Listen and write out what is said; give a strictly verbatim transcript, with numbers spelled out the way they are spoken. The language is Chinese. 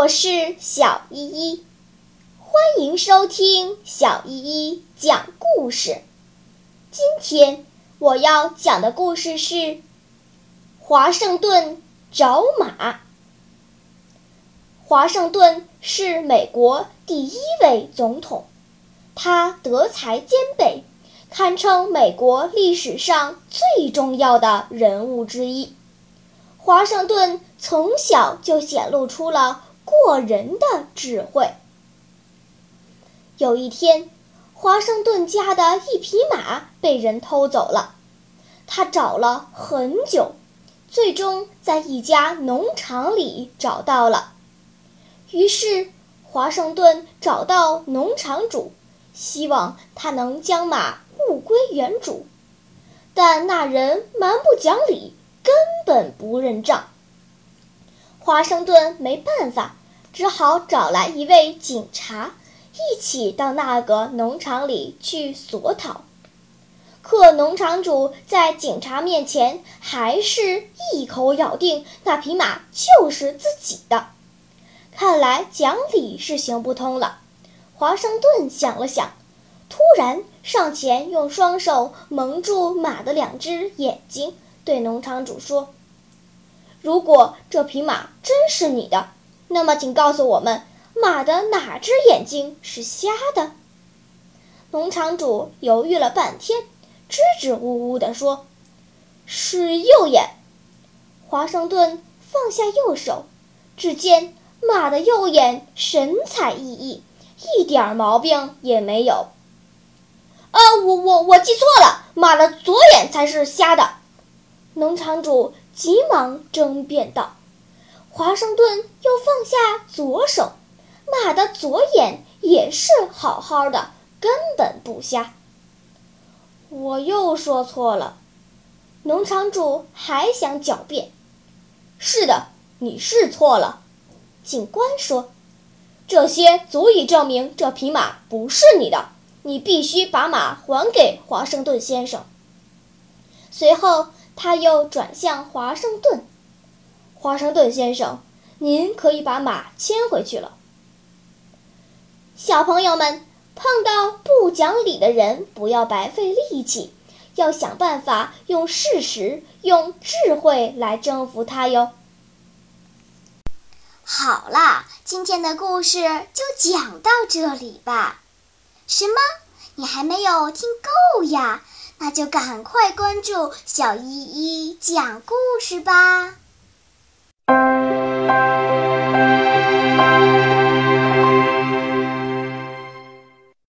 我是小依依，欢迎收听小依依讲故事。今天我要讲的故事是华盛顿找马。华盛顿是美国第一位总统，他德才兼备，堪称美国历史上最重要的人物之一。华盛顿从小就显露出了过人的智慧。有一天，华盛顿家的一匹马被人偷走了，他找了很久，最终在一家农场里找到了。于是，华盛顿找到农场主，希望他能将马物归原主，但那人蛮不讲理，根本不认账。华盛顿没办法，只好找来一位警察，一起到那个农场里去索讨。可农场主在警察面前还是一口咬定那匹马就是自己的。看来讲理是行不通了。华盛顿想了想，突然上前用双手蒙住马的两只眼睛，对农场主说：如果这匹马真是你的，那么请告诉我们，马的哪只眼睛是瞎的？农场主犹豫了半天，支支吾吾地说：是右眼。华盛顿放下右手，只见马的右眼神采奕奕，一点毛病也没有。啊，我我我记错了，马的左眼才是瞎的。农场主急忙争辩道。华盛顿又放下左手，马的左眼也是好好的，根本不瞎。我又说错了。农场主还想狡辩。是的，你是错了。警官说，这些足以证明这匹马不是你的，你必须把马还给华盛顿先生。随后他又转向华盛顿，华盛顿先生，您可以把马牵回去了。小朋友们，碰到不讲理的人，不要白费力气，要想办法用事实、用智慧来征服他哟。 好啦，今天的故事就讲到这里吧。什么？你还没有听够呀？那就赶快关注小依依讲故事吧。